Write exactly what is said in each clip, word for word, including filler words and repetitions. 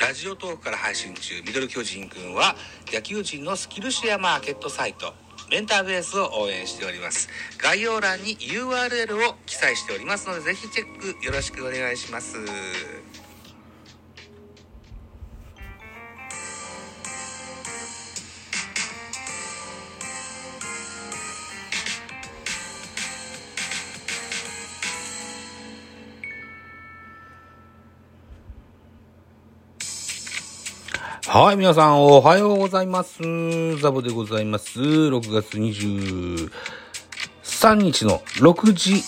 ラジオトークから配信中、ミドル巨人くんは野球人のスキルシェアマーケットサイトメンターベースを応援しております。概要欄に ユーアールエル を記載しておりますので、ぜひチェックよろしくお願いします。はい、皆さんおはようございます。ザボでございます。ろくがつにじゅうさんにちのろくじ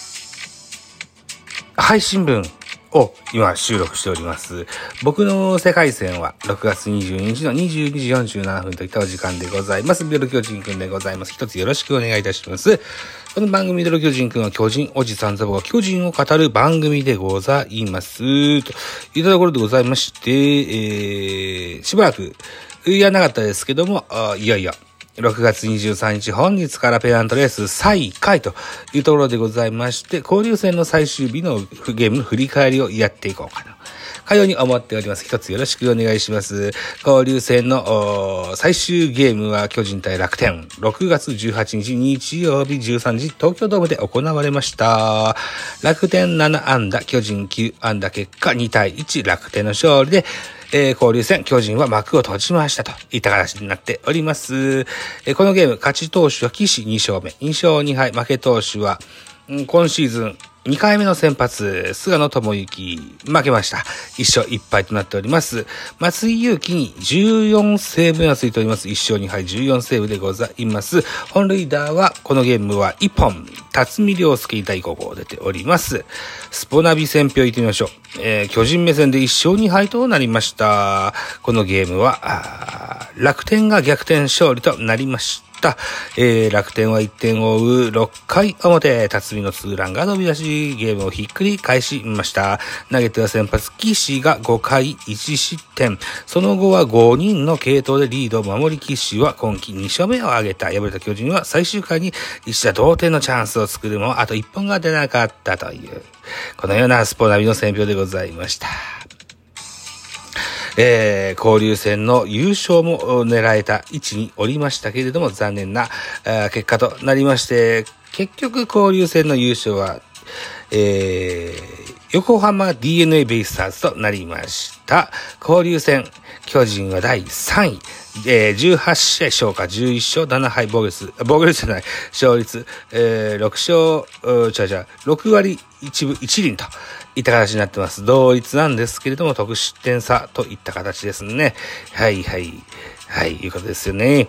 配信分を今収録しております。僕の世界線はろくがつにじゅうににちのにじゅうにじよんじゅうななふんといったお時間でございます。ミドル巨人くんでございます。一つよろしくお願いいたします。この番組ミドル巨人くんは巨人おじさんザボが巨人を語る番組でございます。といったところでございまして、えー、しばらくやらなかったですけども、あいやいや、ろくがつにじゅうさんにち本日からペナントレース再開というところでございまして、交流戦の最終日のゲームの振り返りをやっていこうかな。かように思っております。一つよろしくお願いします。交流戦の最終ゲームは巨人対楽天。ろくがつじゅうはちにち日曜日じゅうさんじ東京ドームで行われました。楽天ななあんだ、巨人きゅうあんだ、結果にたいいち楽天の勝利で、えー、交流戦、巨人は幕を閉じましたといった形になっております。えー、このゲーム、勝ち投手は岸にしょうめ、にしょうにはい、負け投手は、うん、今シーズンにかいめの先発、菅野智之、負けました。いっしょういっぱいとなっております。松井裕樹にじゅうよんセーブがついております。いっしょうにはい、じゅうよんセーブでございます。本塁打は、このゲームはいっぽん、辰巳亮介第ごごう出ております。スポナビ選評行ってみましょう。えー、巨人目線でいっしょうにはいとなりました。このゲームは、楽天が逆転勝利となりました。えー、楽天はいってんを追うろっかいおもて、辰巳のツーランが飛び出し、ゲームをひっくり返しました。投げては先発、岸がごかいいちしってん。その後はごにんの継投でリードを守り、岸は今季にしょうめを挙げた。敗れた巨人は最終回に一打同点のチャンスを作るも、あといっぽんが出なかったという、このようなスポナビの選評でございました。えー、交流戦の優勝も狙えた位置におりましたけれども、残念な結果となりまして、結局交流戦の優勝は、えー、横浜 ディーエヌエー ベイスターズとなりました。交流戦、巨人はだいさんい。えー、じゅうはちしあい消化、じゅういっしょうななはい防御率、防御率じゃない、勝率、えー、ろくしょう、ちゃちゃ、ろくわりいちぶいちりんといった形になってます。同率なんですけれども、得失点差といった形ですね。はいはい。はい、いうことですよね。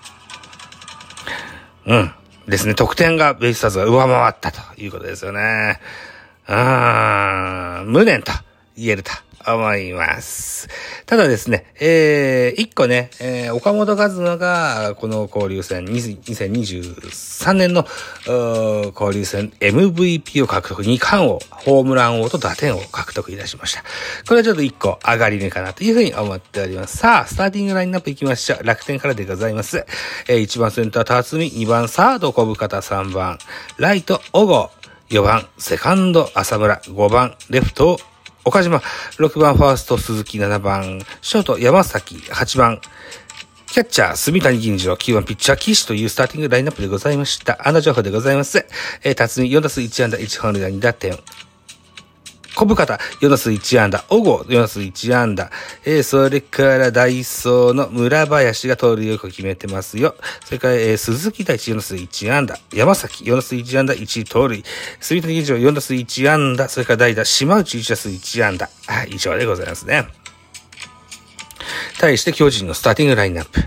うん。ですね。得点がベイスターズが上回ったということですよね。あー、無念と言えると思います。ただですね、えー、一個ね、えー、岡本和真がこの交流戦にせんにじゅうさんねんの交流戦 エムブイピー を獲得、にかんをホームラン王と打点を獲得いたしました。これはちょっと一個上がり目かなというふうに思っております。さあ、スターティングラインナップいきましょう。楽天からでございます。えー、いちばんセンター辰巳、にばんサード小深田、さんばんライト小郷、よばんセカンド浅村、ごばんレフト岡島、ろくばんファースト鈴木、ななばんショート山崎、はちばんキャッチャー住谷銀次郎、きゅうばんピッチャー岸というスターティングラインナップでございました。安打情報でございます。えー、辰巳よんだすういちあんだいちほんるだにだてん。小深田よんだすういちあんだ、小郷よんだすういちあんだ、えー、それからダイソーの村林が盗塁よく決めてますよ。それから、えー、鈴木大地よんだすういちあんだ、山崎よんだすういちあんだいち盗塁、住谷銀次郎よんだすういちあんだ、それから代打島内いちだすういちあんだ、はい、以上でございますね。対して巨人のスターティングラインナップ。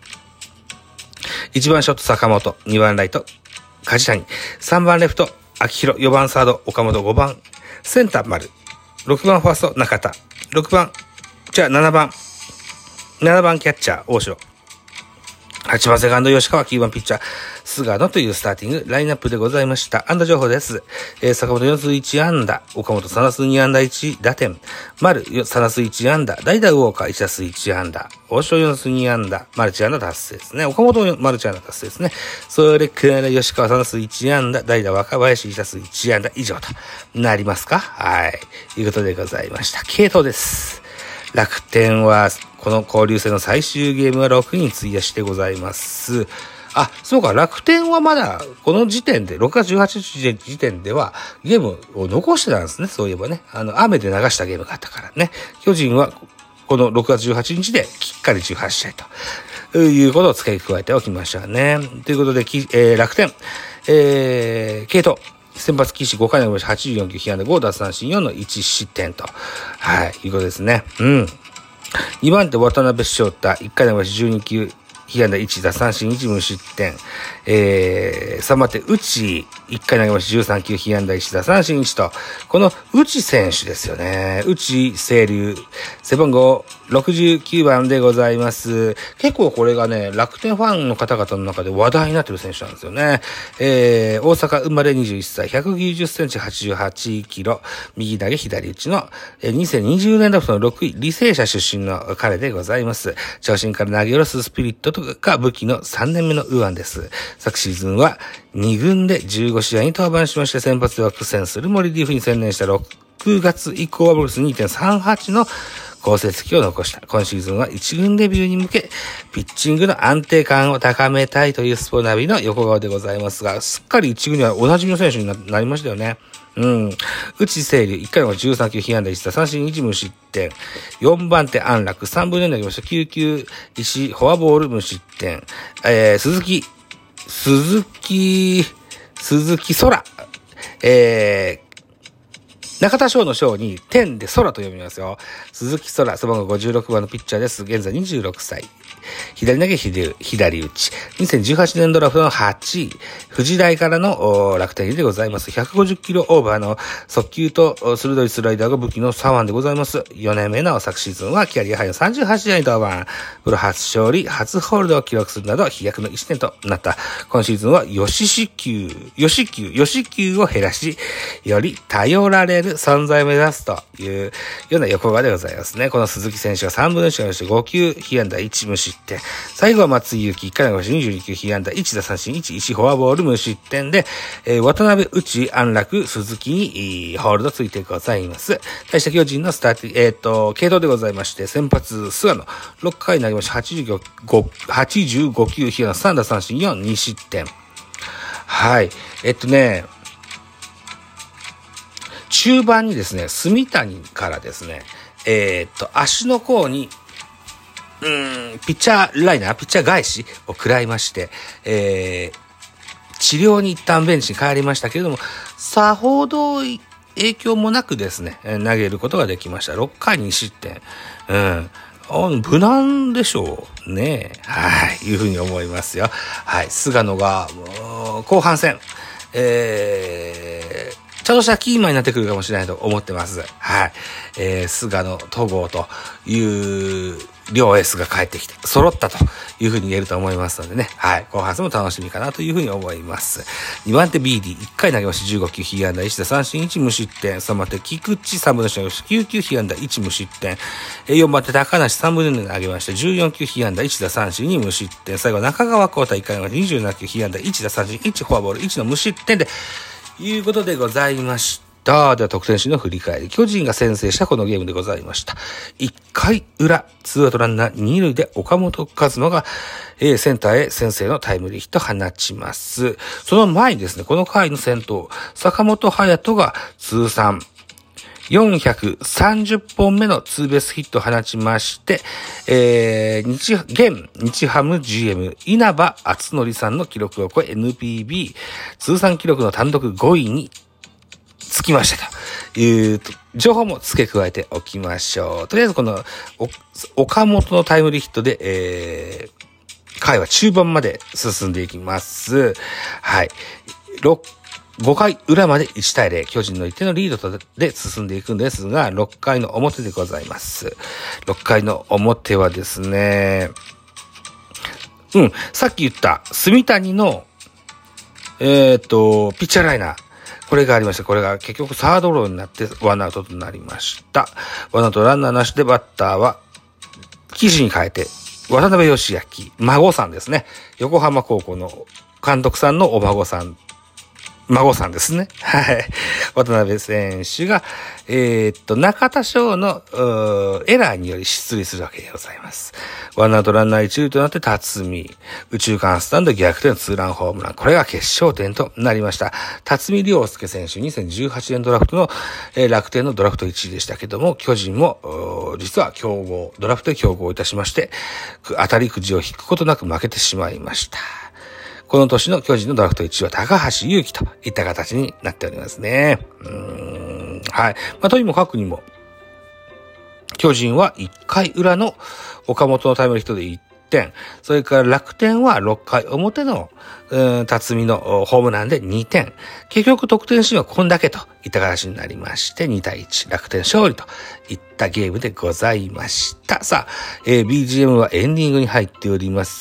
いちばんショット坂本、にばんライト梶谷、さんばんレフト秋広、よばんサード岡本、ごばんセンター丸、ろくばんファースト中田、ろくばん、じゃあななばん、ななばんキャッチャー大城、はちばんセカンド吉川、きゅうばんピッチャー菅野というスターティングラインナップでございました。安打情報です。えー、坂本よんだすういちあんだ、岡本さんだすうにあんだいち打点、丸さんだすういちあんだ、代打ウォーカーいちだすういちあんだ、大城よんだすうにあんだ、マルチ安打達成ですね。岡本マルチ安打達成ですね。それから吉川さんだすういちあんだ、代打若林いちだすういちあんだ以上となりますか。はい。いうことでございました。継投です。 楽天はこの交流戦の最終ゲームはろくにん費やしてございます。あ、そうか、楽天はまだこの時点で、ろくがつじゅうはちにち時点ではゲームを残してたんですね。そういえばね。あの、雨で流したゲームがあったからね。巨人はこのろくがつじゅうはちにちできっかりじゅうはちしあいということを付け加えておきましたね。ということで、えー、楽天、えー、継投。先発岸ごかいのはちじゅうよんきゅう被安打ご奪三振よんのいち失点と。はい、いうことですね。うん。にばん手渡辺翔太、いっかいのじゅうにきゅう被安打いち奪三振いち無失点。えー、さんばん手内、いっかい投げましじゅうさんきゅう被安打いち奪三振いちと。この内選手ですよね。内清流、背番号ろくじゅうきゅうばんでございます。結構これがね、楽天ファンの方々の中で話題になっている選手なんですよね。えー、大阪生まれにじゅういっさい、ひゃくきゅうじゅっセンチ、はちじゅうはちキロ、右投げ左打ちの、えー、にせんにじゅうねんドラフトのろくい、履正社出身の彼でございます。長身から投げ下ろすスピリットとが武器のさんねんめの右腕です。昨シーズンはに軍でじゅうごしあいに登板しまして、先発では苦戦する森リーフに専念したろくがつ以降はボルス にてんさんはち の好成績を残した。今シーズンはいち軍デビューに向け、ピッチングの安定感を高めたいというスポナビの横顔でございますが、すっかりいち軍にはおなじみの選手に な, なりましたよね。うん。内清流、いっかいのじゅうさんきゅう被安打いち奪三振いち無失点。よんばん手安楽、さんぶんのよん投げました。きゅうきゅういち、フォアボール無失点。えー、鈴木、鈴木、鈴木空。えー、中田翔の翔に天で空と読みますよ。鈴木空、背番号ごじゅうろくばんのピッチャーです。現在にじゅうろくさい。左投げ左、左打ち。にせんじゅうはちねんドラフトのはちい。富士大からの楽天入りでございます。ひゃくごじゅっキロオーバーの速球と鋭いスライダーが武器の左腕でございます。よねんめの昨シーズンはキャリアハイのさんじゅうはち試合に登板。プロ初勝利、初ホールドを記録するなど飛躍のいちねんとなった。今シーズンは吉四球、吉球、吉球を減らし、より頼られる存在を目指すというような横顔でございますね。この鈴木選手がさんぶんのいちをしてご球、被安打いち無失点。最後は松井裕樹、いっかいのにじゅうに球、被安打いち奪三振いち、いちフォアボール無失点で、えー、渡辺内安楽鈴木にホールドついてございます。対して巨人のスターティ、えっ、ー、と、継投でございまして、先発菅野、ろっかい投げましてはちじゅうご、はちじゅうご球、被安打さん奪三振よん、に失点。はい。えっとね、中盤にですね、住谷からですね、えっと、足の甲に、うーん、ピッチャーライナー、ピッチャー返しを食らいまして、えー、治療に一旦ベンチに帰りましたけれども、さほど影響もなくですね、投げることができました。ろっかいに失点。うん。無難でしょうね。はい。いうふうに思いますよ。はい。菅野が、後半戦、えー、ちょっとしたキーマンになってくるかもしれないと思ってます。はい。えー、菅野、戸郷という、両エースが帰ってきて、揃ったというふうに言えると思いますのでね。はい。後半戦も楽しみかなというふうに思います。にばん手 ビーディー、いっかい投げましじゅうご球、被安打いち奪三振いち無失点。さんばん手菊池、さんぶんのいち投げましきゅう球、被安打いち無失点。よんばん手高梨、さんぶんのに投げましてじゅうよん球、被安打いち奪三振に無失点。最後中川幸太、いっかい投げましにじゅうなな球、被安打いち奪三振いち、フォアボールいちの無失点で、いうことでございました。では得点シーンの振り返り。巨人が先制したこのゲームでございました。いっかい裏、ツーアウトランナーに塁で岡本和真が、えー、センターへ先制のタイムリーヒットを放ちます。その前にですね、この回の先頭、坂本勇人が通算よんひゃくさんじゅっぽんめのツーベースヒットを放ちまして、えー、日、現、日ハム ジーエム、稲葉篤則さんの記録を超え エヌピービー 通算記録の単独ごいにつきましたという情報も付け加えておきましょう。とりあえずこの岡本のタイムリーヒットで、えー、回は中盤まで進んでいきます。はい。ごかい裏までいちたいゼロ、巨人のいってんのリードで進んでいくんですが、ろっかいの表でございます。ろっかいの表はですね、うん、さっき言った住谷の、えっと、ピッチャーライナー、これがありました。これが結局サードローになってワンアウトとなりました。ワンアウトランナーなしでバッターは、岸に変えて、渡辺義明、孫さんですね。横浜高校の監督さんのお孫さん孫さんですね。はい。渡辺選手が、えー、っと、中田翔のエラーにより出塁するわけでございます。ワンアウトランナー一塁となって辰巳、宇宙間スタンド逆転ツーランホームラン。これが決勝点となりました。辰巳亮介選手、にせんじゅうはちねんドラフトの、えー、楽天のドラフトいちいでしたけども、巨人も、実は競合、ドラフトで競合いたしまして、当たりくじを引くことなく負けてしまいました。この年の巨人のドラフトいちいは高橋優貴といった形になっておりますね。うーん、はい。まあ、とにもかくにも、巨人はいっかい裏の岡本のタイムリーヒットでいってん、それから楽天はろっかい表の、うん、辰巳のホームランでにてん。結局得点シーンはこんだけといった形になりまして、にたいいち、楽天勝利といったゲームでございました。さあ、えー、ビージーエム はエンディングに入っております。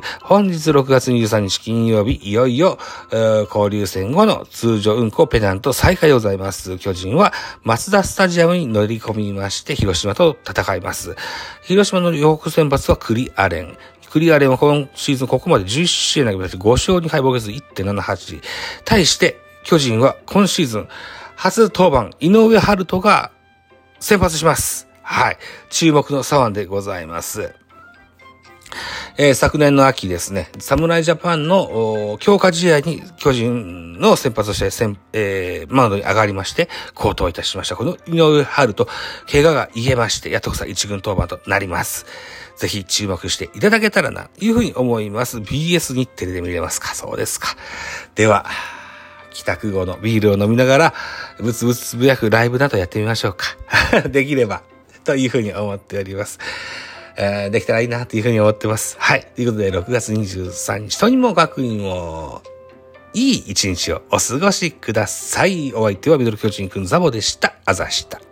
本日ろくがつにじゅうさんにち金曜日、いよいよ、えー、交流戦後の通常運行ペナント再開でございます。巨人はマツダスタジアムに乗り込みまして、広島と戦います。広島の予告先発は栗アレン。クリアレンは今シーズンここまでじゅういちしあい投げましてごしょうにはい防御率 いってんななはち。対して巨人は今シーズン初登板井上温人が先発します。はい。注目の左腕でございます。えー、昨年の秋ですね、侍ジャパンの強化試合に巨人の先発として先、えー、マウンドに上がりまして、好投いたしました。この井上温人、怪我が癒えまして、やっとこさ一軍登板となります。ぜひ注目していただけたらな、というふうに思います。ビーエス 日テレで見れますか？そうですか。では、帰宅後のビールを飲みながら、ブツブツつぶやくライブなどやってみましょうか。できれば、というふうに思っております。えー、できたらいいな、というふうに思ってます。はい。ということで、ろくがつにじゅうさんにち、とにもかくにも、いい一日をお過ごしください。お相手はミドル巨人くんザボでした。あざした。